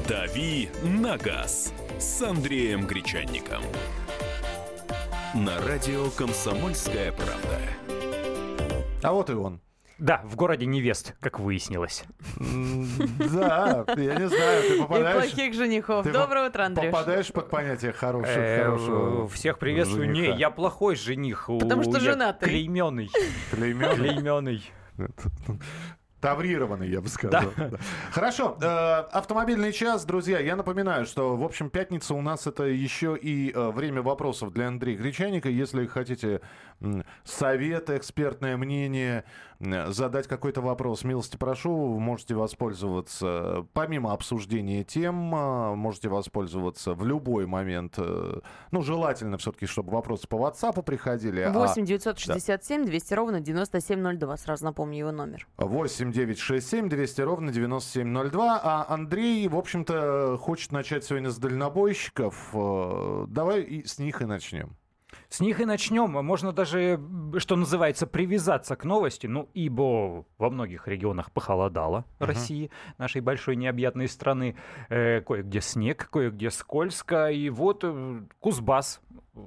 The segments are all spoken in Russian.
«Дави на газ» с Андреем Гречанником. На радио «Комсомольская правда». А вот и он. Да, в городе невест, как выяснилось. Да, я не знаю, ты попадаешь... И плохих женихов. Доброе утро, Андрюш. Попадаешь под понятие хорошего Всех приветствую. жениха. Не, я плохой жених. Потому что Я женатый. клейменный. Клеймёный? Клейменный. Таврированный, я бы сказал. Да. Хорошо. Автомобильный час, друзья. Я напоминаю, что, в общем, пятница у нас это еще и время вопросов для Андрея Гречанника. Если хотите совет, экспертное мнение, задать какой-то вопрос, милости прошу, вы можете воспользоваться, помимо обсуждения тем, можете воспользоваться в любой момент. Ну, желательно все-таки, чтобы вопросы по WhatsApp приходили. 8 967 200 ровно 9702. Сразу напомню его номер. 8 967 200 ровно 9702. А Андрей, в общем-то, хочет начать сегодня с дальнобойщиков. Давай с них и начнем. С них и начнем. Можно даже, что называется, привязаться к новости. Ну, ибо во многих регионах похолодало России, нашей большой необъятной страны. Кое-где снег, кое-где скользко. И вот Кузбасс,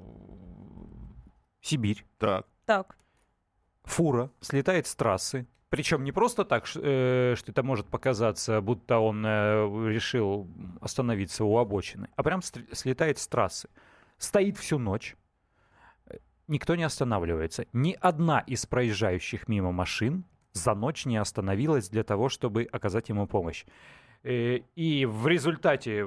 Сибирь. Так. Фура слетает с трассы. Причем не просто так, что это может показаться, будто он решил остановиться у обочины, а прям слетает с трассы. Стоит всю ночь. Никто не останавливается. Ни одна из проезжающих мимо машин за ночь не остановилась для того, чтобы оказать ему помощь. И в результате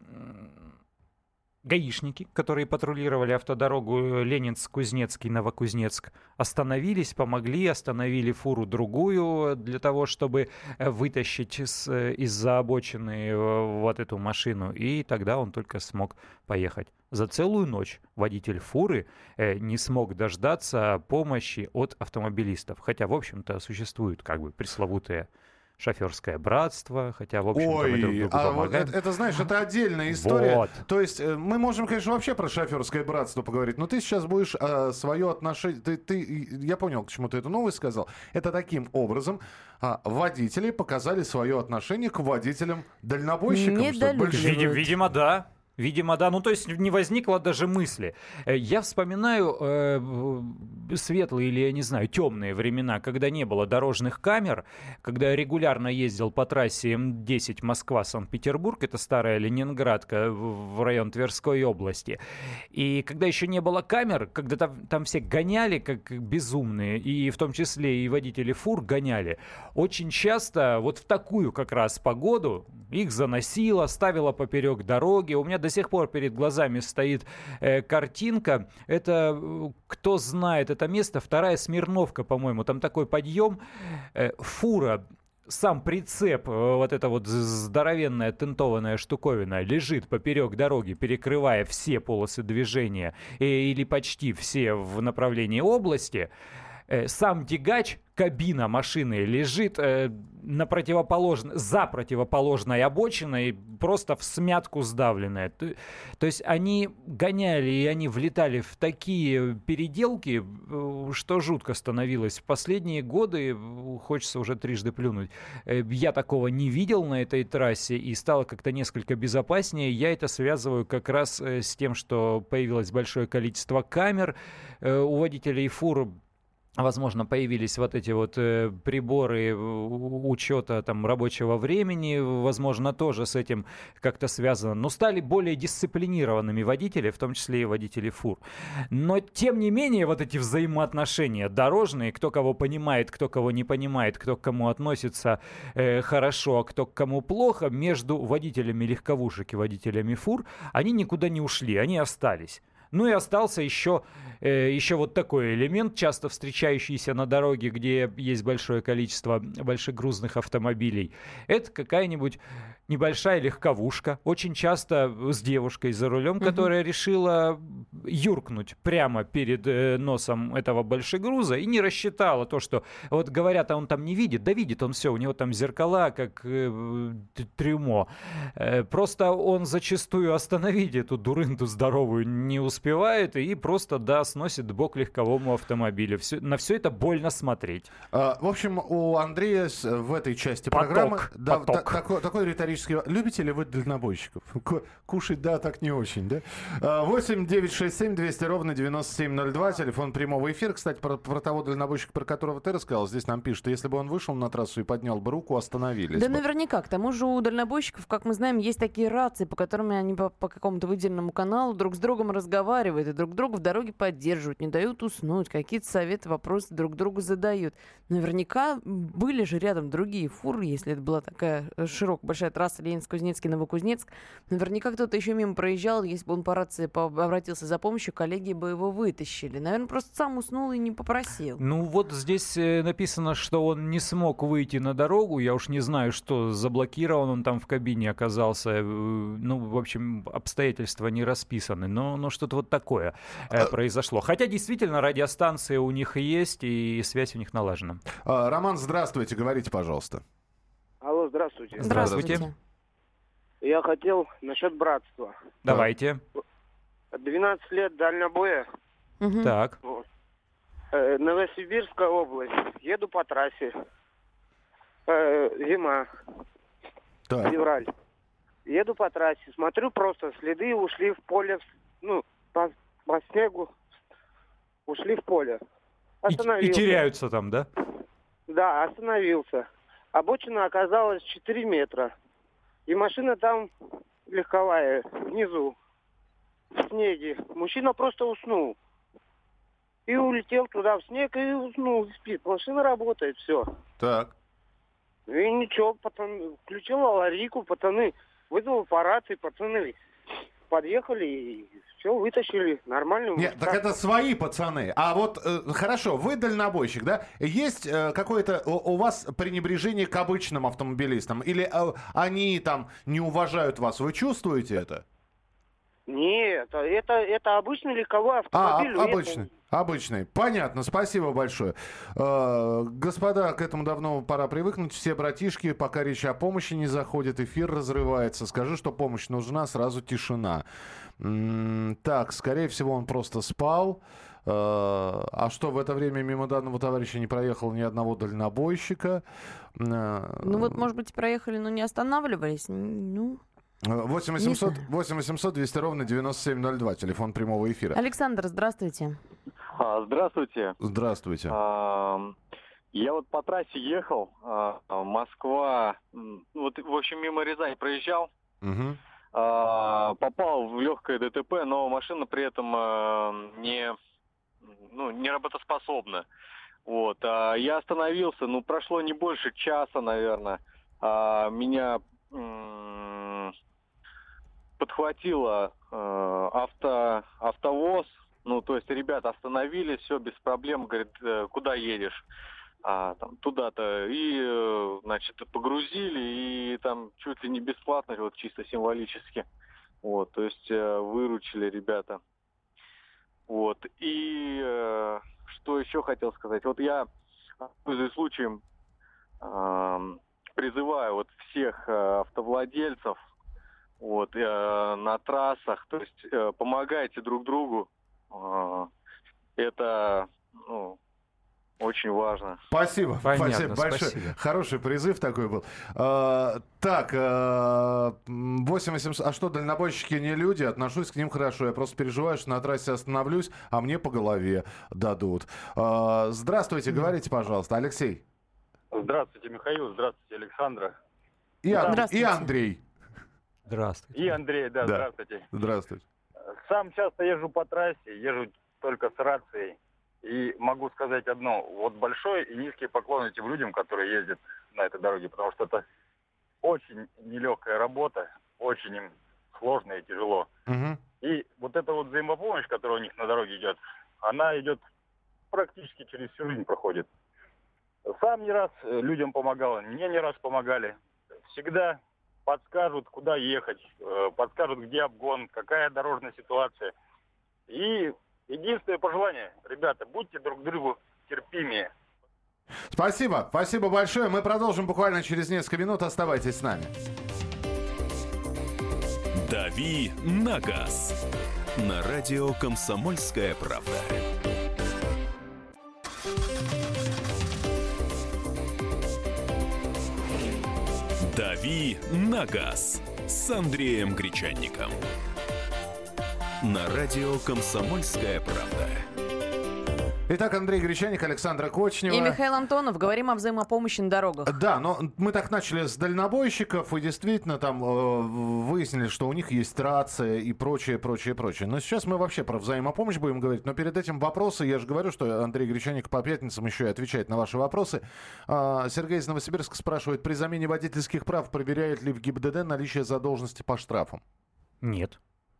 гаишники, которые патрулировали автодорогу Ленинск-Кузнецкий, Новокузнецк, остановились, помогли, остановили фуру другую для того, чтобы вытащить из-за обочины вот эту машину. И тогда он только смог поехать. За целую ночь водитель фуры не смог дождаться помощи от автомобилистов. Хотя, в общем-то, существует как бы пресловутое шоферское братство, хотя, в общем-то, мы друг другу помогаем. Это, знаешь, это отдельная история. Вот. То есть мы можем, конечно, вообще про шоферское братство поговорить, но ты сейчас будешь свое отношение... Я понял, к чему ты эту новость сказал. Это таким образом водители показали свое отношение к водителям-дальнобойщикам. Видимо, да. Видимо, да. Ну, то есть не возникло даже мысли. Я вспоминаю светлые или, я не знаю, темные времена, когда не было дорожных камер, когда я регулярно ездил по трассе М10 Москва-Санкт-Петербург, это старая Ленинградка в район Тверской области. И когда еще не было камер, когда там все гоняли как безумные, и в том числе и водители фур гоняли, очень часто вот в такую как раз погоду их заносило, ставило поперек дороги. У меня до сих пор перед глазами стоит картинка. Это, кто знает это место, вторая Смирновка, по-моему. Там такой подъем. Фура, сам прицеп, вот эта вот здоровенная тентованная штуковина, лежит поперек дороги, перекрывая все полосы движения, или почти все в направлении области. Сам тягач, кабина машины лежит за противоположной обочиной, просто в смятку сдавленная. То есть они гоняли и они влетали в такие переделки, что жутко становилось. В последние годы хочется уже трижды плюнуть. Я такого не видел на этой трассе и стало как-то несколько безопаснее. Я это связываю как раз с тем, что появилось большое количество камер у водителей фур. Возможно, появились вот эти вот приборы учета там рабочего времени, возможно, тоже с этим как-то связано. Но стали более дисциплинированными водители, в том числе и водители фур. Но, тем не менее, вот эти взаимоотношения дорожные, кто кого понимает, кто кого не понимает, кто к кому относится хорошо, а кто к кому плохо, между водителями легковушек и водителями фур, они никуда не ушли, они остались. Ну и остался еще вот такой элемент, часто встречающийся на дороге, где есть большое количество большегрузных автомобилей. Это какая-нибудь небольшая легковушка, очень часто с девушкой за рулем, которая решила юркнуть прямо перед носом этого большегруза и не рассчитала то, что вот говорят, а он там не видит. Да видит он все, у него там зеркала, как трюмо. Просто он зачастую остановить эту дурынду здоровую не успевает и просто, да, сносит бок легковому автомобилю. На все это больно смотреть. В общем, у Андрея в этой части программы такой риторический риторический... Любите ли вы дальнобойщиков? Кушать, да, так не очень, да? 8 967 200 ровно 9702, телефон прямого эфира. Кстати, про того дальнобойщика, про которого ты рассказал, здесь нам пишут, если бы он вышел на трассу и поднял бы руку, остановились Да бы. наверняка. К тому же у дальнобойщиков, как мы знаем, есть такие рации, по которым они по какому-то выделенному каналу друг с другом разговаривают и друг друга в дороге поддерживают, не дают уснуть, какие-то советы, вопросы друг другу задают. Наверняка были же рядом другие фуры, если это была такая широкая, большая трасса Ленинск-Кузнецкий, Новокузнецк. Наверняка кто-то еще мимо проезжал, если бы он по рации обратился за помощью, коллеги бы его вытащили. Наверное, просто сам уснул и не попросил. Ну вот здесь написано, что он не смог выйти на дорогу. Я уж не знаю, что заблокирован он там в кабине оказался. Ну, в общем, обстоятельства не расписаны. Но что-то вот такое произошло. Хотя действительно радиостанция у них есть и связь у них налажена. Роман, здравствуйте, говорите, пожалуйста. Алло, здравствуйте. Здравствуйте. Я хотел насчет братства. Давайте. 12 лет дальнобоя. Мгм. Так. Вот. Новосибирская область. Еду по трассе. Зима. Так. Февраль. Еду по трассе. Смотрю, просто следы ушли в поле. Ну, по снегу ушли в поле. И Остановился. теряются там, да? Да, остановился. Обочина оказалась 4 метра. И машина там легковая, внизу, в снеге. Мужчина просто уснул. И улетел туда в снег и уснул, спит. Машина работает, все. Так. И ничего, пацаны, включил аварийку, пацаны, вызвал по рации, пацаны подъехали и все, вытащили. Нормально. Нет, так это свои пацаны. А вот, хорошо, вы дальнобойщик, да? Есть какое-то у вас пренебрежение к обычным автомобилистам? Или они там не уважают вас? Вы чувствуете это? Нет, это обычный легковой автомобиль. Обычный. Понятно, спасибо большое. Господа, к этому давно пора привыкнуть. Все братишки, пока речь о помощи не заходит, эфир разрывается. Скажи, что помощь нужна, сразу тишина. Так, скорее всего, он просто спал. А что, в это время мимо данного товарища не проехало ни одного дальнобойщика? Ну вот, может быть, проехали, но не останавливались. Ну... 8 800 200 ровно 9702, телефон прямого эфира. Александр, здравствуйте. Здравствуйте. Здравствуйте. Я вот по трассе ехал, Москва, вот, в общем, мимо Рязани проезжал, попал в легкое ДТП, но машина при этом не работоспособна. Вот, я остановился, прошло не больше часа, наверное, меня подхватило автовоз. То есть ребята остановились, все без проблем, говорит, куда едешь? Там, туда-то. И, значит, погрузили, и там чуть ли не бесплатно, вот чисто символически. Вот, то есть выручили ребята. Вот. И что еще хотел сказать? Вот я, пользуясь случаем, призываю вот всех автовладельцев вот, на трассах, то есть помогайте друг другу. Это очень важно. Спасибо. Понятно, Спасибо большое. спасибо. Хороший призыв такой был. Так, 8800. А что, дальнобойщики не люди? Отношусь к ним хорошо. Я просто переживаю, что на трассе остановлюсь, а мне по голове дадут. Здравствуйте, говорите, пожалуйста. Алексей. Здравствуйте, Михаил. Здравствуйте, Александра. И Андрей. Здравствуйте. И Андрей, да, Да. здравствуйте. Здравствуйте. Сам часто езжу по трассе, езжу только с рацией. И могу сказать одно. Вот большой и низкий поклон этим людям, которые ездят на этой дороге, потому что это очень нелегкая работа, очень им сложно и тяжело. Угу. И вот эта вот взаимопомощь, которая у них на дороге идет, она идет практически через всю жизнь проходит. Сам не раз людям помогал, мне не раз помогали. Всегда подскажут, куда ехать, подскажут, где обгон, какая дорожная ситуация. И единственное пожелание, ребята, будьте друг другу терпимее. Спасибо. Спасибо большое. Мы продолжим буквально через несколько минут. Оставайтесь с нами. «Дави на газ» на радио «Комсомольская правда». «Дави на газ» с Андреем Гречанником. На радио «Комсомольская правда». Итак, Андрей Гречаник, Александра Кочнева. И Михаил Антонов. Говорим о взаимопомощи на дорогах. Да, но мы так начали с дальнобойщиков, и действительно там выяснили, что у них есть рация и прочее. Но сейчас мы вообще про взаимопомощь будем говорить. Но перед этим вопросы. Я же говорю, что Андрей Гречаник по пятницам еще и отвечает на ваши вопросы. Сергей из Новосибирска спрашивает, при замене водительских прав проверяют ли в ГИБДД наличие задолженности по штрафам? Нет.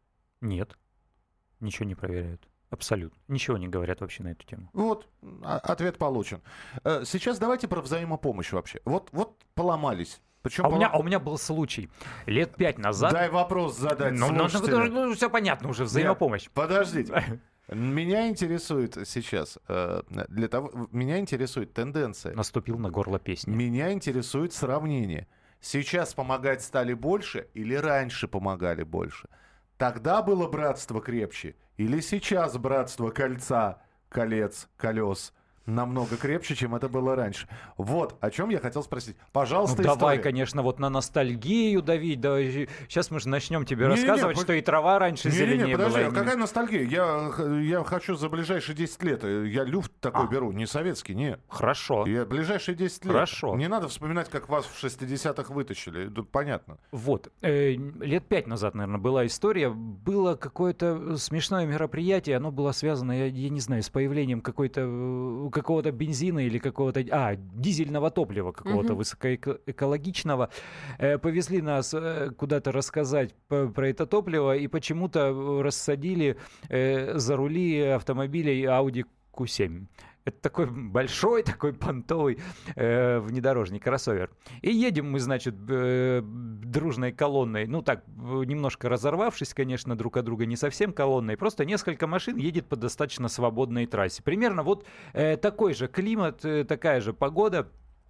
Ничего не проверяют. Абсолютно. Ничего не говорят вообще на эту тему. Вот, ответ получен. Сейчас давайте про взаимопомощь вообще. Вот поломались. Причем у меня был случай лет 5 назад. Дай вопрос задать слушателю. Ну, все понятно уже, взаимопомощь. Нет, подождите. Меня интересует сейчас, меня интересует тенденция. Наступил на горло песни. Меня интересует сравнение. Сейчас помогать стали больше или раньше помогали больше? Тогда было братство крепче или сейчас братство колец, колес намного крепче, чем это было раньше? Вот о чем я хотел спросить. Пожалуйста, давай, история. Конечно, вот на ностальгию давить. Сейчас мы же начнем тебе рассказывать, что и трава раньше зеленее была. Подожди, какая ностальгия? Я хочу за ближайшие 10 лет. Я люфт такой беру, не советский, не. Хорошо. Я ближайшие 10 лет. Хорошо. Не надо вспоминать, как вас в 60-х вытащили. Тут понятно. Вот. Лет 5 назад, наверное, была история. Было какое-то смешное мероприятие. Оно было связано, я не знаю, с появлением какого-то бензина или какого-то дизельного топлива какого-то высокоэкологичного. Повезли нас куда-то рассказать про это топливо и почему-то рассадили за рули автомобилей Audi Q7. Это такой большой, такой понтовый внедорожник, кроссовер. И едем мы, значит, дружной колонной. Ну так, немножко разорвавшись, конечно, друг от друга, не совсем колонной. Просто несколько машин едет по достаточно свободной трассе. Примерно вот такой же климат, такая же погода.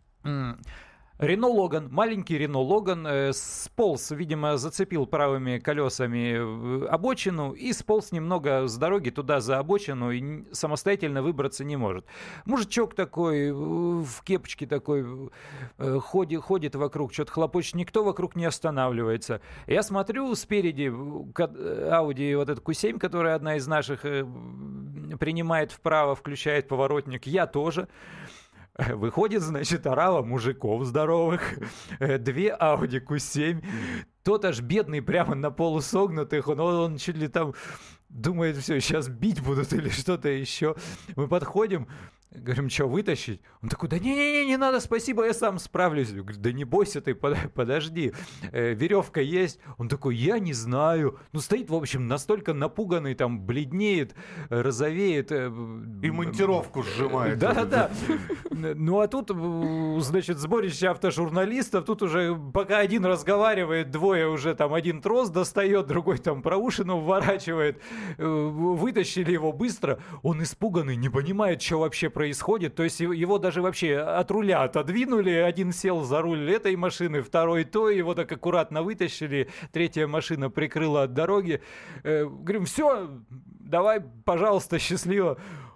Рено Логан, маленький Рено Логан, сполз, видимо, зацепил правыми колесами обочину и сполз немного с дороги туда за обочину и самостоятельно выбраться не может. Мужичок такой, в кепочке такой, ходит вокруг, что-то хлопочет, никто вокруг не останавливается. Я смотрю спереди Audi, вот этот Q7, которая одна из наших, принимает вправо, включает поворотник, я тоже. Выходит, значит, орава мужиков здоровых, 2 Audi Q7, тот аж бедный, прямо на полусогнутых, он чуть ли там думает, все, сейчас бить будут или что-то еще. Мы подходим, говорим, что, вытащить? Он такой, да не надо, спасибо, я сам справлюсь. Я говорю, да не бойся ты, подожди, веревка есть? Он такой, я не знаю. Ну, стоит, в общем, настолько напуганный, там, бледнеет, розовеет. И монтировку сжимает. Да. Ну, а тут, значит, сборище автожурналистов, тут уже пока один разговаривает, двое уже там, один трос достает, другой там проушину вворачивает. Вытащили его быстро, он испуганный, не понимает, что вообще происходит. То есть его даже вообще от руля отодвинули, один сел за руль этой машины, второй той, его так аккуратно вытащили, третья машина прикрыла от дороги. Говорим, все, давай, пожалуйста, счастливо.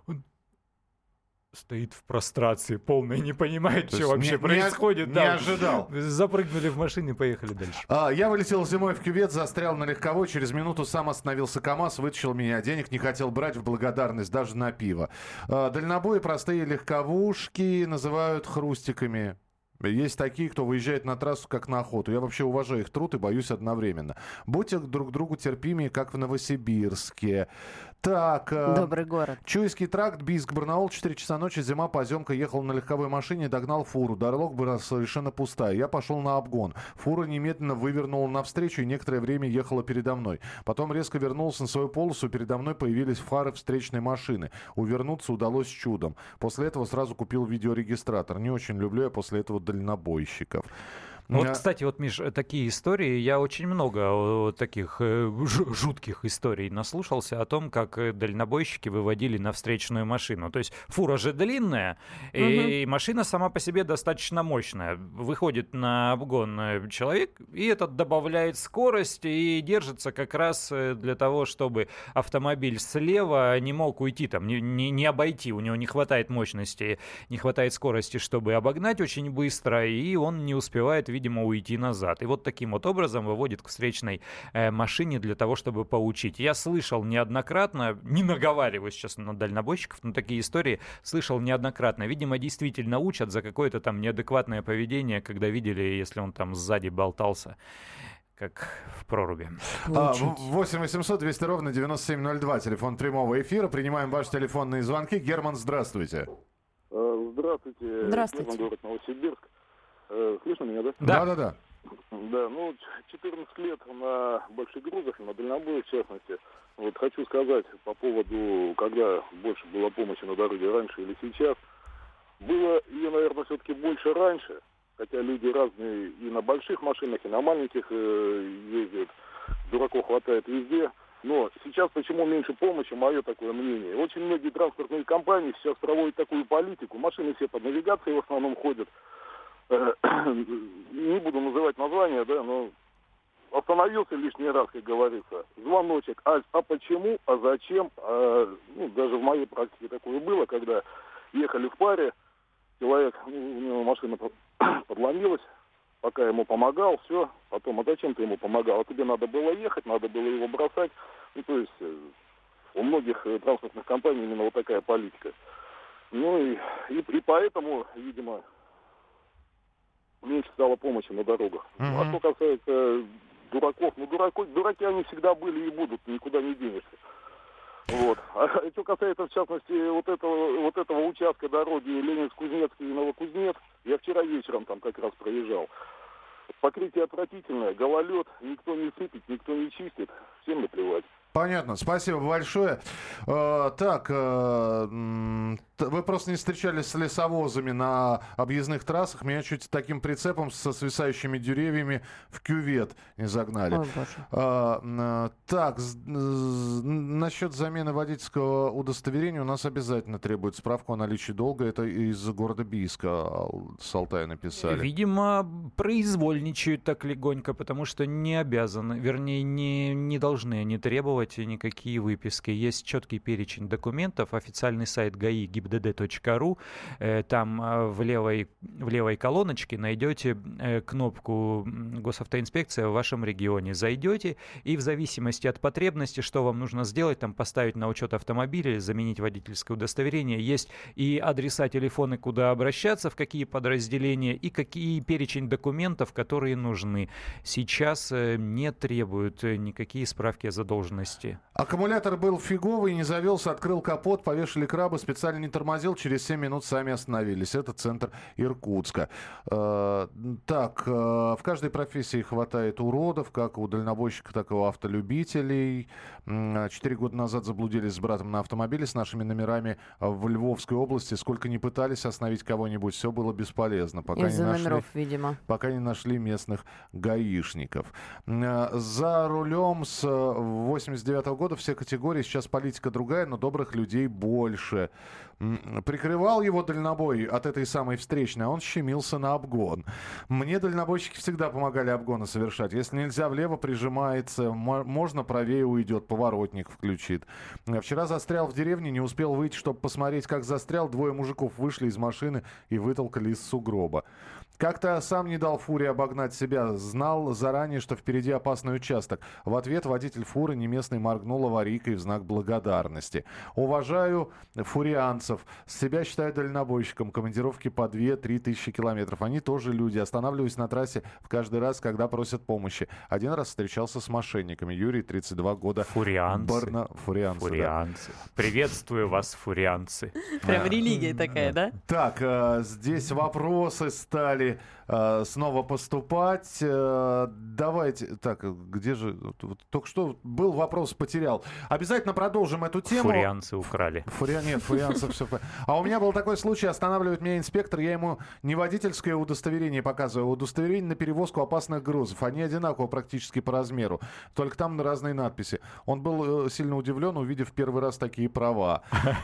Стоит в прострации, полной, не понимает, что вообще происходит. Не ожидал. Запрыгнули в машину и поехали дальше. Я вылетел зимой в кювет, застрял на легковой, через минуту сам остановился КамАЗ, вытащил меня, денег не хотел брать в благодарность даже на пиво. Дальнобои простые легковушки называют хрустиками. Есть такие, кто выезжает на трассу как на охоту. Я вообще уважаю их труд и боюсь одновременно. Будьте друг другу терпимее, как в Новосибирске. Так. Добрый город. Чуйский тракт, Бийск, Барнаул, 4 часа ночи, зима, поземка, ехал на легковой машине, догнал фуру. Дорога была совершенно пустая. Я пошел на обгон. Фура немедленно вывернула навстречу и некоторое время ехала передо мной. Потом резко вернулся на свою полосу, передо мной появились фары встречной машины. Увернуться удалось чудом. После этого сразу купил видеорегистратор. Не очень люблю я после этого дальнобойщиков. Вот, кстати, вот, Миш, такие истории, я очень много таких жутких историй наслушался о том, как дальнобойщики выводили на встречную машину. То есть фура же длинная, и машина сама по себе достаточно мощная. Выходит на обгон человек, и этот добавляет скорость и держится как раз для того, чтобы автомобиль слева не мог уйти, там, не обойти, у него не хватает мощности, не хватает скорости, чтобы обогнать очень быстро, и он не успевает, видимо, уйти назад. И вот таким вот образом выводит к встречной машине для того, чтобы поучить. Я слышал неоднократно, не наговариваю сейчас на дальнобойщиков, но такие истории слышал неоднократно. Видимо, действительно учат за какое-то там неадекватное поведение, когда видели, если он там сзади болтался, как в проруби. 8 800 200 ровно 9702. Телефон прямого эфира. Принимаем ваши телефонные звонки. Герман, здравствуйте. Здравствуйте. Здравствуйте. Герман, город Новосибирск. Слышно меня, да? Да. Да, 14 лет на больших грузах, на дальнобое в частности. Вот хочу сказать по поводу, когда больше было помощи на дороге, раньше или сейчас. Было ее, наверное, все-таки больше раньше. Хотя люди разные и на больших машинах, и на маленьких ездят. Дураков хватает везде. Но сейчас почему меньше помощи, мое такое мнение. Очень многие транспортные компании сейчас проводят такую политику. Машины все под навигацией в основном ходят. Не буду называть названия, да, но остановился лишний раз, как говорится. Звоночек. А почему, а зачем? Даже в моей практике такое было, когда ехали в паре, человек, у него машина подломилась, пока ему помогал, все. Потом, а зачем ты ему помогал? А тебе надо было ехать, надо было его бросать. То есть у многих транспортных компаний именно вот такая политика. И поэтому, видимо, меньше стало помощи на дорогах. А что касается дураков, дураки они всегда были и будут, никуда не денешься. Вот. А что касается, в частности, вот этого участка дороги Ленинск-Кузнецкий и Новокузнец, я вчера вечером там как раз проезжал. Покрытие отвратительное, гололед, никто не сыпет, никто не чистит, всем наплевать. Понятно, спасибо большое. Вы просто не встречались с лесовозами на объездных трассах. Меня чуть таким прицепом со свисающими деревьями в кювет не загнали. Ой, боже. Насчет замены водительского удостоверения у нас обязательно требует справку о наличии долга. Это из города Бийска с Алтая написали. Видимо, произвольничают так легонько, потому что не обязаны, вернее, не должны они требовать никакие выписки. Есть четкий перечень документов. Официальный сайт ГАИ gibdd.ru. Там в левой колоночке найдете кнопку «Госавтоинспекция» в вашем регионе. Зайдете и в зависимости от потребности, что вам нужно сделать, там поставить на учет автомобиля, заменить водительское удостоверение. Есть и адреса, телефоны, куда обращаться, в какие подразделения, и какие перечень документов, которые нужны. Сейчас не требуют никакие справки о задолженности. Аккумулятор был фиговый, не завелся, открыл капот, повешали крабы, специально не тормозил, через 7 минут сами остановились. Это центр Иркутска. В каждой профессии хватает уродов, как у дальнобойщиков, так и у автолюбителей. 4 года назад заблудились с братом на автомобиле с нашими номерами в Львовской области. Сколько ни пытались остановить кого-нибудь, все было бесполезно. Из-за номеров, видимо. Пока не нашли местных гаишников. За рулем с 89-го года все категории, сейчас политика другая, но добрых людей больше. Прикрывал его дальнобой от этой самой встречной, а он щемился на обгон. Мне дальнобойщики всегда помогали обгоны совершать. Если нельзя влево, прижимается, можно правее уйдет, поворотник включит. Вчера застрял в деревне, не успел выйти, чтобы посмотреть, как застрял. 2 мужиков вышли из машины и вытолкали из сугроба. Как-то сам не дал фуре обогнать себя. Знал заранее, что впереди опасный участок. В ответ водитель фуры неместный моргнул аварийкой в знак благодарности. Уважаю фурианцев. Себя считаю дальнобойщиком. Командировки по 2-3 тысячи километров. Они тоже люди. Останавливаюсь на трассе в каждый раз, когда просят помощи. Один раз встречался с мошенниками. Юрий, 32 года. Фурианцы. Фурианцы. Да. Приветствую вас, фурианцы. Прям религия такая, да? Так, здесь вопросы стали снова поступать. Давайте. Так, где же? Только что был вопрос, потерял. Обязательно продолжим эту тему. Фурианцы украли. Нет, фурианцев все. А у меня был такой случай, останавливает меня инспектор, я ему не водительское удостоверение показываю, а удостоверение на перевозку опасных грузов. Они одинаково практически по размеру, только там разные надписи. Он был сильно удивлен, увидев первый раз такие права.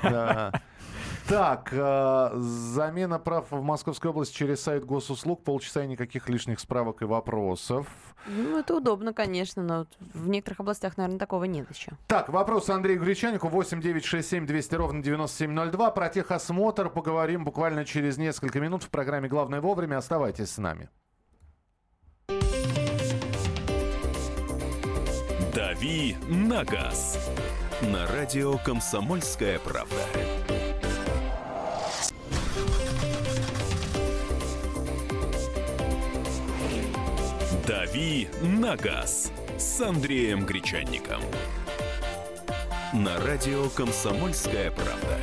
Так, замена прав в Московской области через сайт госуслуг. Полчаса и никаких лишних справок и вопросов. Это удобно, конечно, но в некоторых областях, наверное, такого нет еще. Так, вопрос Андрею Гречанику. 8 200 ровно 9702. Про техосмотр поговорим буквально через несколько минут в программе «Главное вовремя». Оставайтесь с нами. «Дави на газ» на радио «Комсомольская правда». «Дави на газ» с Андреем Гречанником. На радио «Комсомольская правда».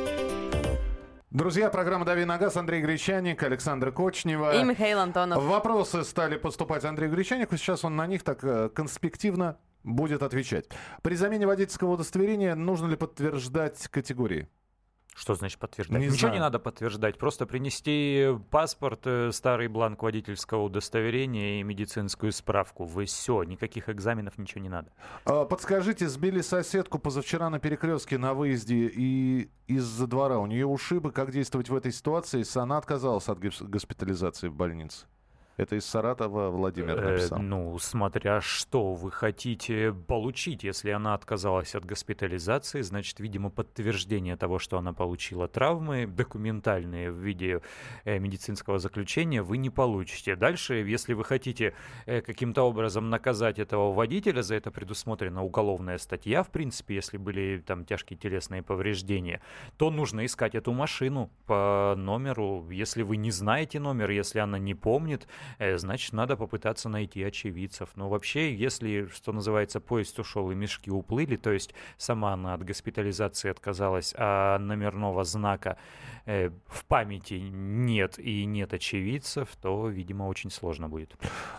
Друзья, программа «Дави на газ», Андрей Гречанник, Александра Кочнева. И Михаил Антонов. Вопросы стали поступать Андрею Гречаннику. Сейчас он на них так конспективно будет отвечать. При замене водительского удостоверения нужно ли подтверждать категории? Что значит подтверждать? Не Ничего знаю. не надо подтверждать. Просто принести паспорт, старый бланк водительского удостоверения и медицинскую справку. Все, никаких экзаменов, ничего не надо. Подскажите, сбили соседку позавчера на перекрестке на выезде и из-за двора. У нее ушибы. Как действовать в этой ситуации? Она отказалась от госпитализации в больнице. Это из Саратова Владимир написал. Смотря что вы хотите получить. Если она отказалась от госпитализации, значит, видимо, подтверждение того, что она получила травмы, документальные в виде медицинского заключения, вы не получите. Дальше, если вы хотите каким-то образом наказать этого водителя, за это предусмотрена уголовная статья, в принципе, если были там тяжкие телесные повреждения, то нужно искать эту машину по номеру. Если вы не знаете номер, если она не помнит, значит, надо попытаться найти очевидцев. Но вообще, если, что называется, поезд ушел и мешки уплыли, то есть сама она от госпитализации отказалась, а номерного знака в памяти нет и нет очевидцев, то, видимо, очень сложно будет.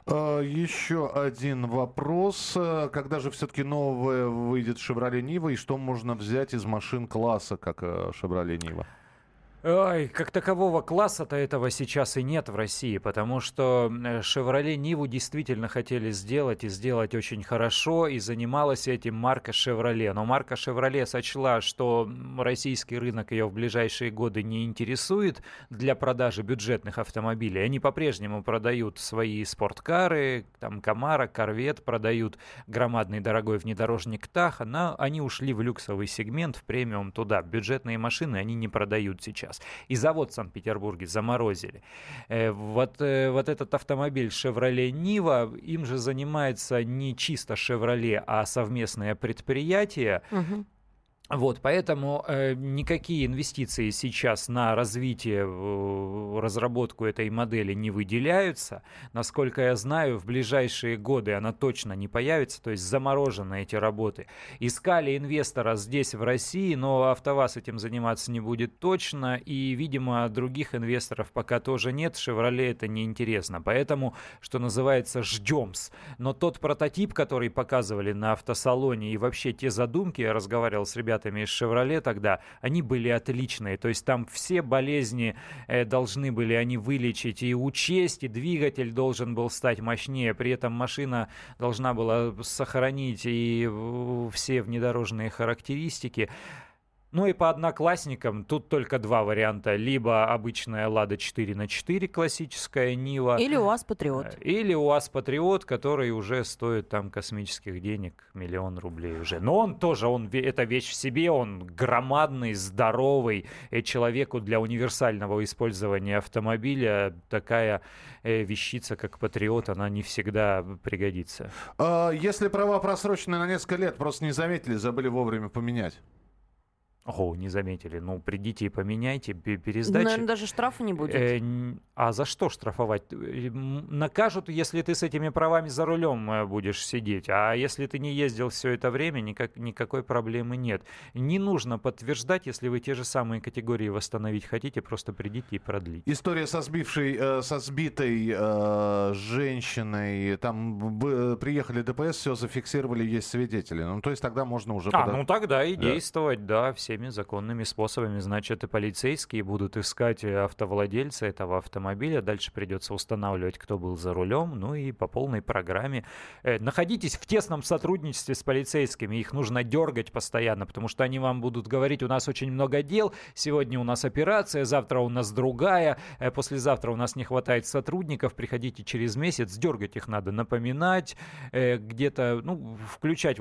Еще один вопрос. Когда же все-таки новая выйдет Chevrolet Niva, и что можно взять из машин класса, как Chevrolet Niva? Ой, как такового класса-то этого сейчас и нет в России, потому что Chevrolet Ниву действительно хотели сделать и сделать очень хорошо, и занималась этим марка Chevrolet. Но марка Chevrolet сочла, что российский рынок ее в ближайшие годы не интересует для продажи бюджетных автомобилей. Они по-прежнему продают свои спорткары, там Camaro, Corvette, продают громадный дорогой внедорожник Tahoe, но они ушли в люксовый сегмент, в премиум туда. Бюджетные машины они не продают сейчас. И завод в Санкт-Петербурге заморозили. Вот этот автомобиль Chevrolet Niva, им же занимается не чисто Chevrolet, а совместное предприятие. Угу. Вот, поэтому никакие инвестиции сейчас на развитие, разработку этой модели не выделяются. Насколько я знаю, в ближайшие годы она точно не появится, то есть заморожены эти работы. Искали инвестора здесь, в России, но АвтоВАЗ этим заниматься не будет точно, и, видимо, других инвесторов пока тоже нет. Chevrolet это неинтересно, поэтому, что называется, ждем-с. Но тот прототип, который показывали на автосалоне, и вообще те задумки, я разговаривал с ребятами из Chevrolet тогда, они были отличные. То есть там все болезни должны были они вылечить и учесть, и двигатель должен был стать мощнее. При этом машина должна была сохранить и все внедорожные характеристики. Ну и по одноклассникам тут только два варианта. Либо обычная Lada 4х4 классическая Нива. Или УАЗ Патриот. Или УАЗ Патриот, который уже стоит там космических денег, 1 000 000 рублей уже. Но он тоже, это вещь в себе, он громадный, здоровый. И человеку для универсального использования автомобиля такая вещица, как Патриот, она не всегда пригодится. Если права просрочены на несколько лет, просто не заметили, забыли вовремя поменять. Ого, не заметили. Ну, придите и поменяйте пересдачи. Наверное, даже штрафа не будет. А за что штрафовать? Накажут, если ты с этими правами за рулем будешь сидеть. А если ты не ездил все это время, никакой проблемы нет. Не нужно подтверждать, если вы те же самые категории восстановить хотите, просто придите и продлите. История со сбитой женщиной. Там приехали ДПС, все зафиксировали, есть свидетели. Ну, то есть тогда можно уже... Ну тогда и действовать, да, всеми законными способами. Значит, и полицейские будут искать автовладельца этого автомобиля. Дальше придется устанавливать, кто был за рулем. Ну и по полной программе. Находитесь в тесном сотрудничестве с полицейскими. Их нужно дергать постоянно, потому что они вам будут говорить: у нас очень много дел, сегодня у нас операция, завтра у нас другая, послезавтра у нас не хватает сотрудников, приходите через месяц. Дергать их надо, напоминать, где-то, включать, в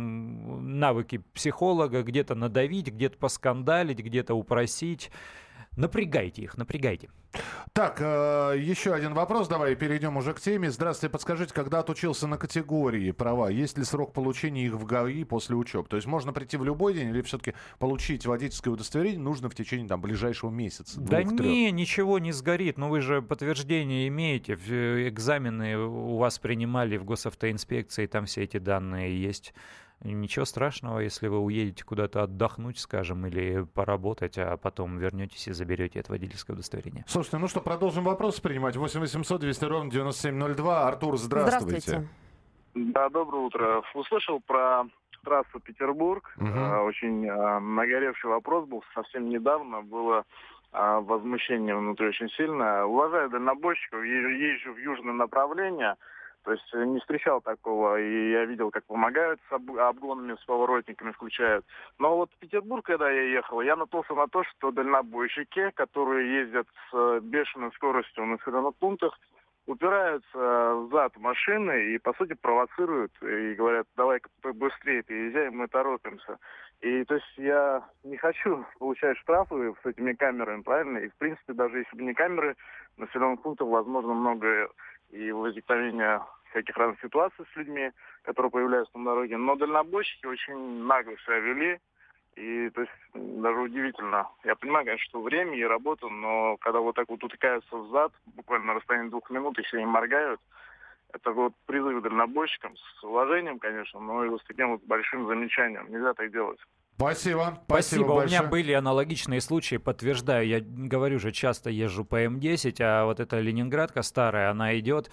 общем, навыки психолога, где-то надавить, где-то поскандалить, где-то упросить. Напрягайте их, напрягайте. Так, еще один вопрос, давай перейдем уже к теме. Здравствуйте, подскажите, когда отучился на категории права, есть ли срок получения их в ГАИ после учебы? То есть можно прийти в любой день или все-таки получить водительское удостоверение нужно в течение ближайшего месяца? Да не, ничего не сгорит. Ну вы же подтверждение имеете. Экзамены у вас принимали в госавтоинспекции, там все эти данные есть. Ничего страшного, если вы уедете куда-то отдохнуть, скажем, или поработать, а потом вернетесь и заберете это водительское удостоверение. Слушайте, ну что, продолжим вопросы принимать. 8 800 200 ровно 9702. Артур, здравствуйте. Да, доброе утро. Услышал про трассу Петербург. Очень нагоревший вопрос был совсем недавно. Было возмущение внутри очень сильное. Уважаю дальнобойщиков, езжу в южное направление. То есть не встречал такого, и я видел, как помогают с обгонами, с поворотниками включают. Но вот в Петербург, когда я ехал, я наткнулся на то, что дальнобойщики, которые ездят с бешеной скоростью в населенных пунктах, упираются в зад машины и, по сути, провоцируют и говорят, давай-ка быстрее переезжай, мы торопимся. И то есть я не хочу получать штрафы с этими камерами, правильно? И, в принципе, даже если бы не камеры, в населенных пунктах, возможно, много и возникновение всяких разных ситуаций с людьми, которые появляются на дороге. Но дальнобойщики очень нагло себя вели. И то есть даже удивительно. Я понимаю, конечно, что время и работа, но когда вот так вот утыкаются взад, буквально на расстоянии 2 минут, и все не моргают, это вот призыв дальнобойщикам с уважением, конечно, но и с таким вот большим замечанием. Нельзя так делать. Спасибо. Спасибо. У меня были аналогичные случаи, подтверждаю. Я говорю же, часто езжу по М10, а вот эта Ленинградка старая, она идет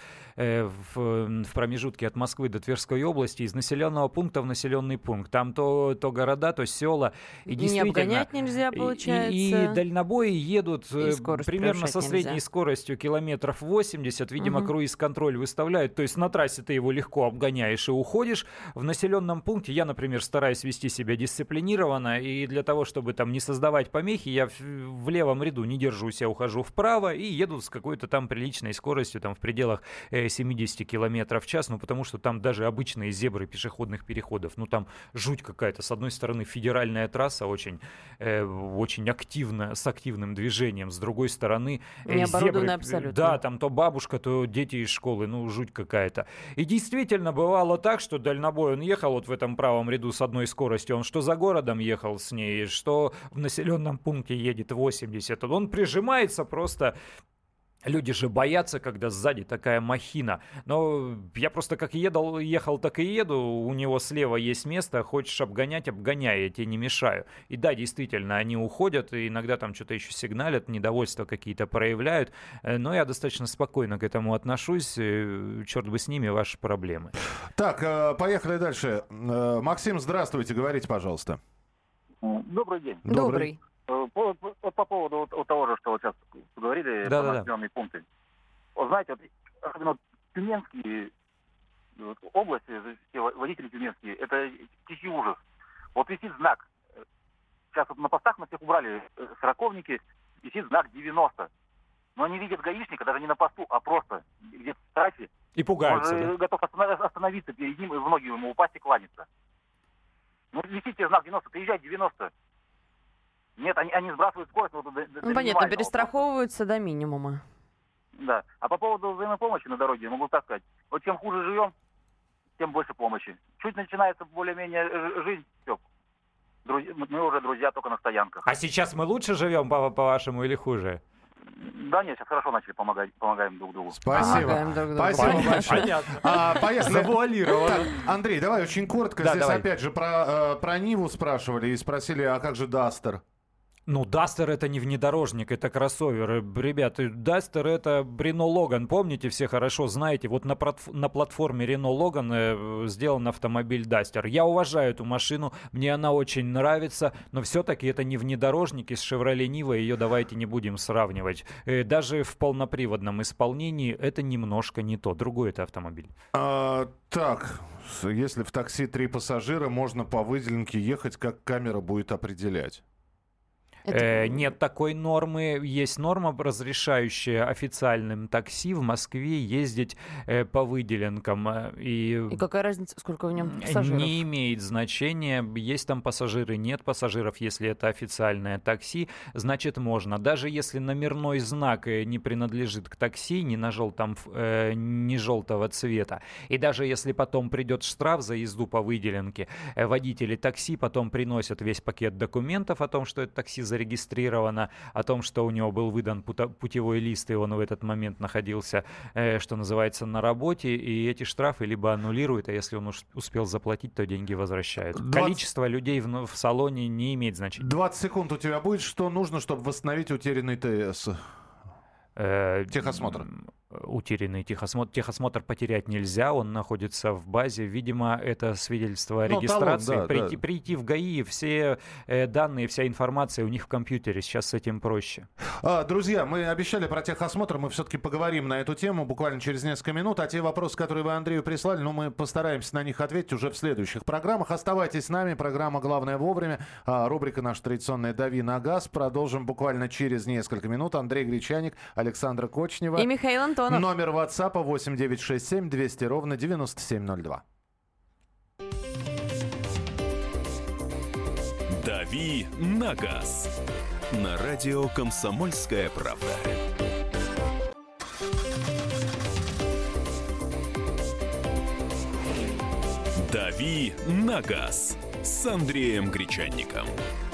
в промежутке от Москвы до Тверской области из населенного пункта в населенный пункт. Там то города, то села. И не обгонять нельзя, получается. И дальнобои едут примерно со средней скоростью километров 80. Видимо, круиз-контроль выставляют. То есть на трассе ты его легко обгоняешь и уходишь. В населенном пункте я, например, стараюсь вести себя дисциплинированно. И для того, чтобы там не создавать помехи, я в левом ряду не держусь, я ухожу вправо и еду с какой-то там приличной скоростью, там в пределах 70 километров в час, ну потому что там даже обычные зебры пешеходных переходов, ну там жуть какая-то. С одной стороны федеральная трасса очень активно, с активным движением, с другой стороны зебры, абсолютно. Да, там то бабушка, то дети из школы, ну жуть какая-то. И действительно бывало так, что дальнобой он ехал вот в этом правом ряду с одной скоростью, он что за городом ехал с ней, что в населенном пункте едет 80. Он прижимается просто. Люди же боятся, когда сзади такая махина. Но я просто как ехал, так и еду. У него слева есть место. Хочешь обгонять, обгоняй, я тебе не мешаю. И да, действительно, они уходят. И иногда там что-то еще сигналят, недовольство какие-то проявляют. Но я достаточно спокойно к этому отношусь. Черт бы с ними, ваши проблемы. Так, поехали дальше. Максим, здравствуйте, говорите, пожалуйста. Добрый день. Добрый. По поводу того же, что вот сейчас говорили, про населенные пункты. Вот знаете, особенно тюменские области, водители тюменские, это тихий ужас. Вот висит знак. Сейчас вот на постах на всех убрали сороковники, висит знак 90. Но они видят гаишника даже не на посту, а просто где-то в трассе. И пугаются. Он готов остановиться перед ним и в ноги ему упасть и кланяться. Ну, висите знак 90, приезжай 90. Нет, они сбрасывают скорость. Понятно, перестраховываются до минимума. Да. А по поводу взаимопомощи на дороге, могу так сказать. Вот чем хуже живем, тем больше помощи. Чуть начинается более-менее жизнь, все. Мы уже друзья только на стоянках. А сейчас мы лучше живем, по-вашему, или хуже? Да нет, сейчас хорошо начали помогаем друг другу. Спасибо. Спасибо большое. Понятно. Поехали. Завуалировано. Так, Андрей, давай очень коротко. Да, здесь давай. опять же про Ниву спрашивали и спросили, а как же Дастер? Ну, Дастер — это не внедорожник, это кроссовер. Ребята, Дастер — это Рено Логан. Помните, все хорошо знаете, вот на платформе Рено Логан сделан автомобиль Дастер. Я уважаю эту машину, мне она очень нравится, но все-таки это не внедорожник, и с Chevrolet Niva ее давайте не будем сравнивать. Даже в полноприводном исполнении это немножко не то. Другой это автомобиль. Так, если в такси 3 пассажира, можно по выделенке ехать, как камера будет определять? Нет такой нормы. Есть норма, разрешающая официальным такси в Москве ездить по выделенкам. И какая разница, сколько в нем пассажиров? Не имеет значения. Есть там пассажиры, нет пассажиров. Если это официальное такси, значит можно. Даже если номерной знак не принадлежит к такси, не желтого цвета. И даже если потом придет штраф за езду по выделенке, водители такси потом приносят весь пакет документов о том, что это такси зарегистрировано, о том, что у него был выдан путевой лист, и он в этот момент находился, что называется, на работе, и эти штрафы либо аннулируют, а если он успел заплатить, то деньги возвращают. Количество людей в салоне не имеет значения. 20 секунд у тебя будет. Что нужно, чтобы восстановить утерянный ТС? Техосмотр. Утерянный техосмотр потерять нельзя, он находится в базе. Видимо, это свидетельство о регистрации. Талон, да, прийти в ГАИ, все данные, вся информация у них в компьютере. Сейчас с этим проще. Друзья, мы обещали про техосмотр, мы все-таки поговорим на эту тему буквально через несколько минут. А те вопросы, которые вы Андрею прислали, мы постараемся на них ответить уже в следующих программах. Оставайтесь с нами, программа «Главное вовремя», рубрика наша традиционная «Дави на газ». Продолжим буквально через несколько минут. Андрей Гречаник, Александра Кочнева и Михаил Антонов. Номер WhatsApp 8967 200 ровно 9702. «Дави на газ» на радио «Комсомольская правда». «Дави на газ» с Андреем Гречанником.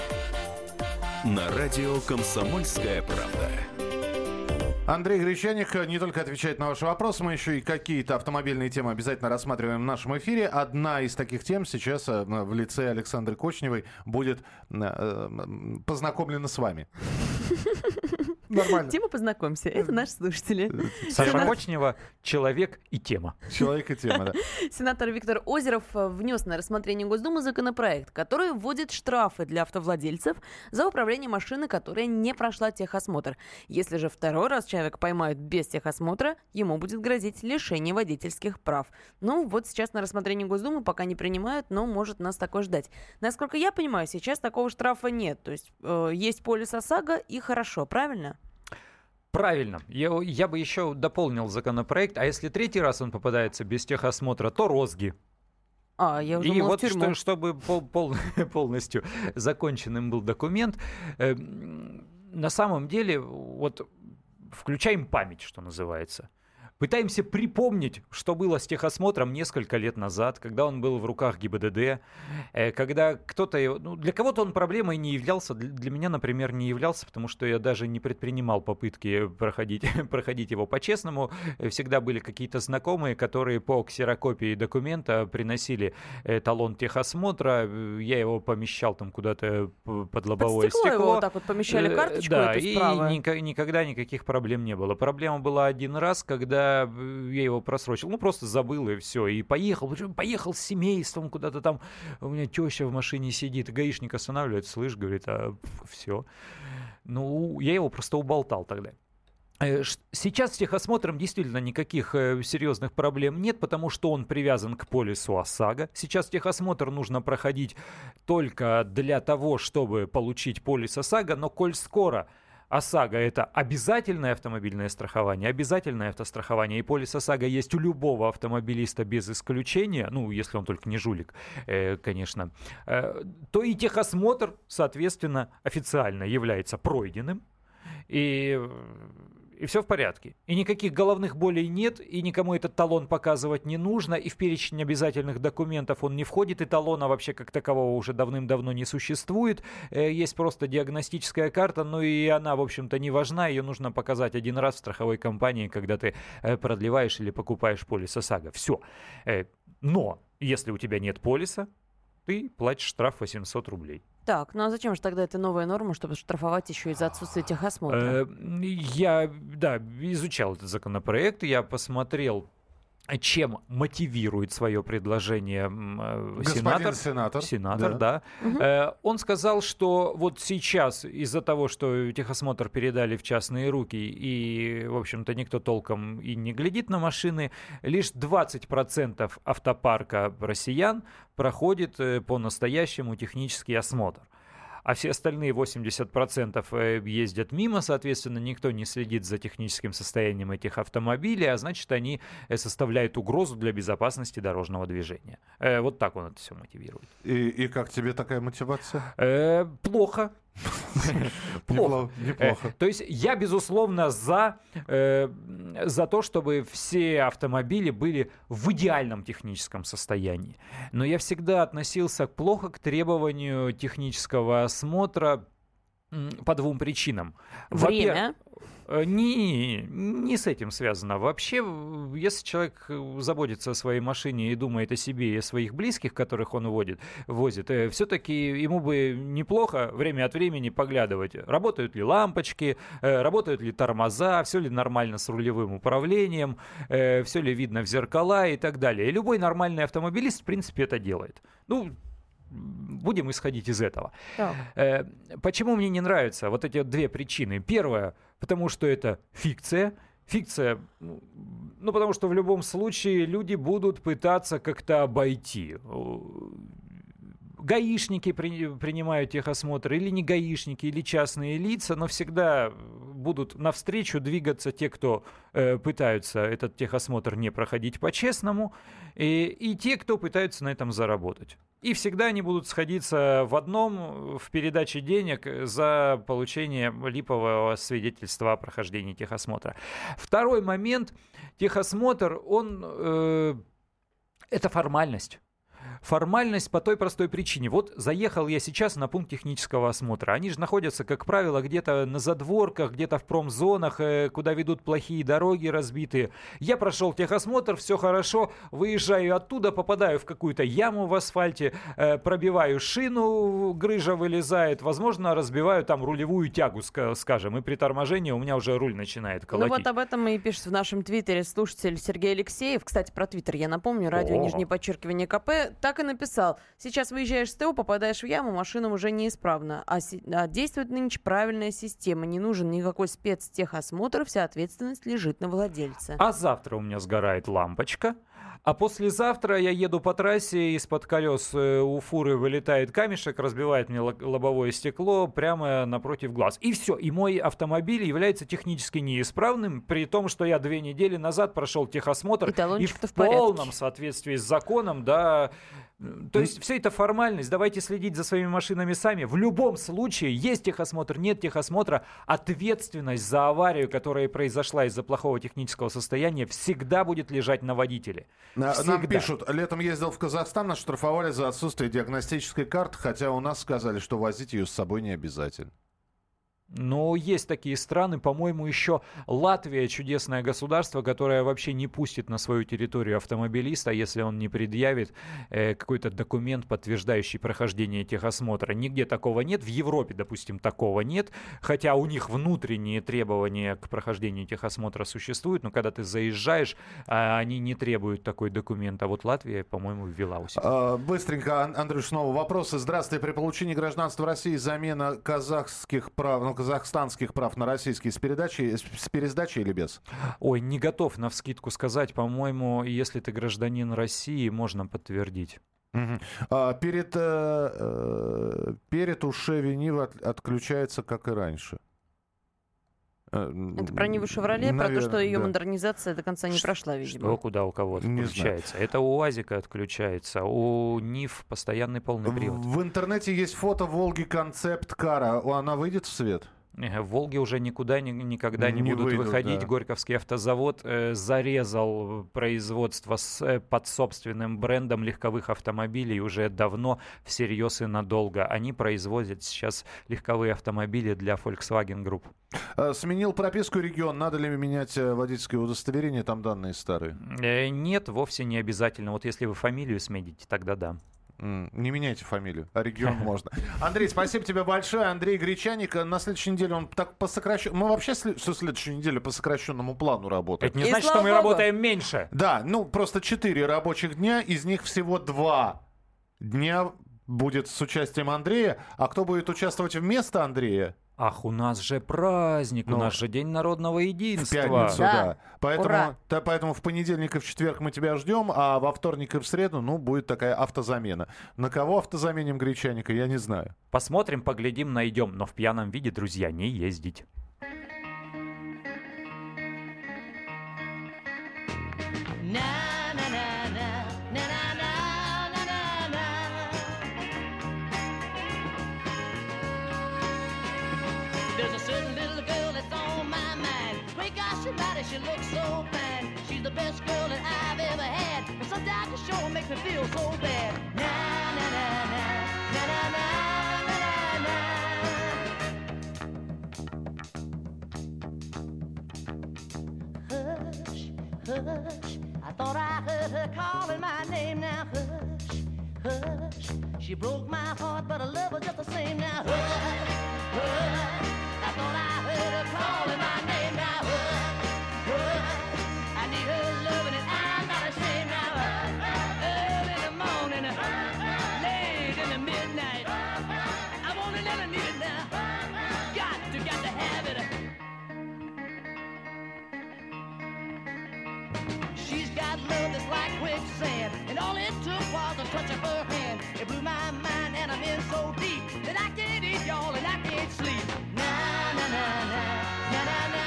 На радио «Комсомольская правда». Андрей Гречаник не только отвечает на ваши вопросы, мы еще и какие-то автомобильные темы обязательно рассматриваем в нашем эфире. Одна из таких тем сейчас в лице Александры Кочневой будет познакомлена с вами. Нормально. Тема «Познакомься». Это наши слушатели. Саша Кочнева — человек и тема. Человек и тема, да. Сенатор Виктор Озеров внес на рассмотрение Госдумы законопроект, который вводит штрафы для автовладельцев за управление машиной, которая не прошла техосмотр. Если же второй раз человека поймают без техосмотра, ему будет грозить лишение водительских прав. Вот сейчас на рассмотрение Госдумы пока не принимают, но может нас такое ждать. Насколько я понимаю, сейчас такого штрафа нет. То есть есть полис ОСАГО и хорошо, правильно? Правильно. Я бы еще дополнил законопроект. А если третий раз он попадается без техосмотра, то розги. Я уже и думала, вот чтобы полностью законченным был документ, на самом деле включаем память, что называется. Пытаемся припомнить, что было с техосмотром несколько лет назад, когда он был в руках ГИБДД, когда кто-то... для кого-то он проблемой не являлся, для меня, например, не являлся, потому что я даже не предпринимал попытки проходить его по-честному. Всегда были какие-то знакомые, которые по ксерокопии документа приносили талон техосмотра, я его помещал там куда-то под лобовое стекло. Его вот так вот помещали карточку, да, эту справа. И никогда никаких проблем не было. Проблема была один раз, когда я его просрочил. Просто забыл, и все. И поехал с семейством куда-то там. У меня теща в машине сидит. Гаишник останавливает, слышь, говорит, все. Я его просто уболтал тогда. Сейчас с техосмотром действительно никаких серьезных проблем нет, потому что он привязан к полису ОСАГО. Сейчас техосмотр нужно проходить только для того, чтобы получить полис ОСАГО, но коль скоро ОСАГО — это обязательное автомобильное страхование, обязательное автострахование, и полис ОСАГО есть у любого автомобилиста без исключения, если он только не жулик, конечно, то и техосмотр, соответственно, официально является пройденным, и все в порядке. И никаких головных болей нет, и никому этот талон показывать не нужно, и в перечень обязательных документов он не входит, и талона вообще как такового уже давным-давно не существует. Есть просто диагностическая карта, и она, в общем-то, не важна, ее нужно показать один раз в страховой компании, когда ты продлеваешь или покупаешь полис ОСАГО. Все. Но если у тебя нет полиса, ты платишь штраф 800 рублей. Так, а зачем же тогда эта новая норма, чтобы штрафовать еще из-за отсутствия техосмотра? Я изучал этот законопроект, я посмотрел, чем мотивирует свое предложение сенатор, да. Угу. Он сказал, что вот сейчас из-за того, что техосмотр передали в частные руки и, в общем-то, никто толком и не глядит на машины, лишь 20% автопарка россиян проходит по-настоящему технический осмотр. а все остальные 80% ездят мимо, соответственно, никто не следит за техническим состоянием этих автомобилей, а значит, они составляют угрозу для безопасности дорожного движения. Вот так он это все мотивирует. И как тебе такая мотивация? Плохо. Неплохо. То есть я, безусловно, за то, чтобы все автомобили были в идеальном техническом состоянии. Но я всегда относился плохо к требованию технического осмотра по двум причинам. Время? Не с этим связано. Вообще, если человек заботится о своей машине и думает о себе и о своих близких, которых он возит, все-таки ему бы неплохо время от времени поглядывать, работают ли лампочки, работают ли тормоза, все ли нормально с рулевым управлением, все ли видно в зеркала и так далее. И любой нормальный автомобилист, в принципе, это делает. Будем исходить из этого. Почему мне не нравятся вот эти две причины? Первое, потому что это фикция. Фикция, потому что в любом случае люди будут пытаться как-то обойти. Гаишники принимают техосмотр, или не гаишники, или частные лица, но всегда будут навстречу двигаться те, кто пытаются этот техосмотр не проходить по-честному, и те, кто пытаются на этом заработать. И всегда они будут сходиться в передаче денег за получение липового свидетельства о прохождении техосмотра. Второй момент. Техосмотр, это формальность. Формальность по той простой причине. Вот заехал я сейчас на пункт технического осмотра. Они же находятся, как правило, где-то на задворках, где-то в промзонах, куда ведут плохие дороги разбитые. Я прошел техосмотр, все хорошо, выезжаю оттуда, попадаю в какую-то яму в асфальте, пробиваю шину, грыжа вылезает, возможно, разбиваю там рулевую тягу, скажем, и при торможении у меня уже руль начинает колотить. Вот об этом и пишет в нашем твиттере слушатель Сергей Алексеев. Кстати, про твиттер я напомню, радио _, КП. Так и написал. Сейчас выезжаешь с ТО, попадаешь в яму, машина уже неисправна. А действует нынче правильная система. Не нужен никакой спецтехосмотр, вся ответственность лежит на владельце. А завтра у меня сгорает лампочка. А послезавтра я еду по трассе, из-под колес у фуры вылетает камешек, разбивает мне лобовое стекло прямо напротив глаз. И все. И мой автомобиль является технически неисправным, при том, что я 2 недели назад прошел техосмотр и в полном соответствии с законом, да. То есть все это формальность. Давайте следить за своими машинами сами. В любом случае, есть техосмотр, нет техосмотра, ответственность за аварию, которая произошла из-за плохого технического состояния, всегда будет лежать на водителе. Нам пишут, летом ездил в Казахстан, нас штрафовали за отсутствие диагностической карты, хотя у нас сказали, что возить ее с собой не обязательно. Но есть такие страны, по-моему, еще Латвия, чудесное государство, которое вообще не пустит на свою территорию автомобилиста, если он не предъявит какой-то документ, подтверждающий прохождение техосмотра. Нигде такого нет. В Европе, допустим, такого нет, хотя у них внутренние требования к прохождению техосмотра существуют, но когда ты заезжаешь, они не требуют такой документ. А вот Латвия, по-моему, ввела у себя. Быстренько, Андрюш, снова вопросы. Здравствуйте. При получении гражданства России замена казахстанских прав на российские с пересдачей или без? Ой, не готов навскидку сказать. По-моему, если ты гражданин России, можно подтвердить. Перед ушами Нива отключается, как и раньше. Это про Ниву Шевроле, про то, что ее модернизация до конца не прошла, видимо. Что, куда у кого отключается? Это у УАЗика отключается, у Нив постоянный полный привод. В интернете есть фото Волги Концепт Кара. Она выйдет в свет? Волги уже никуда никогда не будут выходить. Да. Горьковский автозавод зарезал производство под собственным брендом легковых автомобилей уже давно, всерьез и надолго. Они производят сейчас легковые автомобили для Volkswagen Group. Сменил прописку регион. Надо ли менять водительское удостоверение? Там данные старые. Нет, вовсе не обязательно. Вот если вы фамилию смените, тогда да. Не меняйте фамилию, а регион можно. Андрей, спасибо тебе большое. Андрей Гречаник. На следующей неделе он так по сокращенному... Мы вообще всю следующую неделю по сокращенному плану работаем. Это не значит, что мы работаем меньше. Да, просто 4 рабочих дня, из них всего 2 дня будет с участием Андрея. А кто будет участвовать вместо Андрея? Ах, у нас же праздник, у нас же День народного единства. В пятницу, да. Поэтому в понедельник и в четверг мы тебя ждем, а во вторник и в среду, будет такая автозамена. На кого автозаменим гречаника, я не знаю. Посмотрим, поглядим, найдем. Но в пьяном виде, друзья, не ездить. She looks so fine. She's the best girl that I've ever had. And sometimes the show makes me feel so bad. Na na na na na na na na na. Hush, hush. I thought I heard her calling my name. Now hush, hush. She broke my heart, but I love her just the same. Now hush, hush. I thought I heard her calling my name. Now hush. I need her loving and I'm not ashamed now. Early in the morning, late in the midnight. I want it and I need it now. Got to have it. She's got love that's like quicksand, and all it took was a touch of her hand. It blew my mind and I'm in so deep that I can't eat, y'all, and I can't sleep. Na na na na na na na.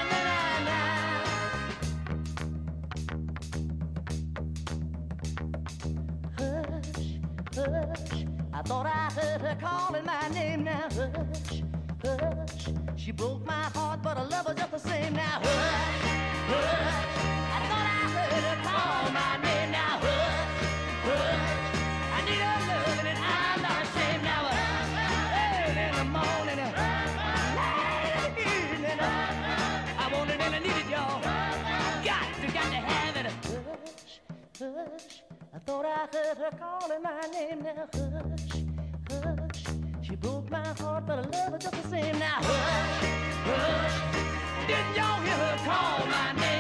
Hush, I thought I heard her calling my name. Now hush, hush. She broke my heart, but I love her just the same. Now hush, hush. I thought I heard her call my name. Now hush, hush. I need her loving and I'm not ashamed. Now early in the morning, late in the evening, I want it and I need it, y'all. Got to have it. Hush, hush. I thought I heard her calling my name. Now hush, hush. She broke my heart, but I love her just the same. Now hush, hush. Didn't y'all hear her call my name?